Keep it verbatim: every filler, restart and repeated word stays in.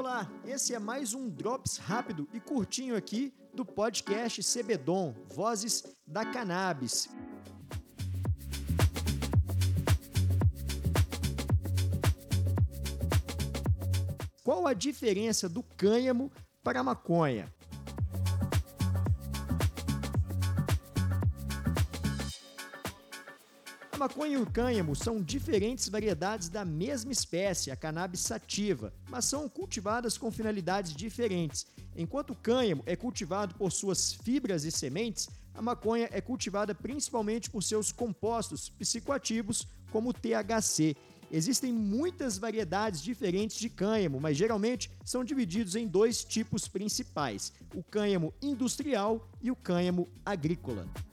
Olá, esse é mais um Drops rápido e curtinho aqui do podcast CBDOM, Vozes da Cannabis. Qual a diferença do cânhamo para a maconha? A maconha e o cânhamo são diferentes variedades da mesma espécie, a cannabis sativa, mas são cultivadas com finalidades diferentes. Enquanto o cânhamo é cultivado por suas fibras e sementes, a maconha é cultivada principalmente por seus compostos psicoativos, como o T H C. Existem muitas variedades diferentes de cânhamo, mas geralmente são divididos em dois tipos principais: o cânhamo industrial e o cânhamo agrícola.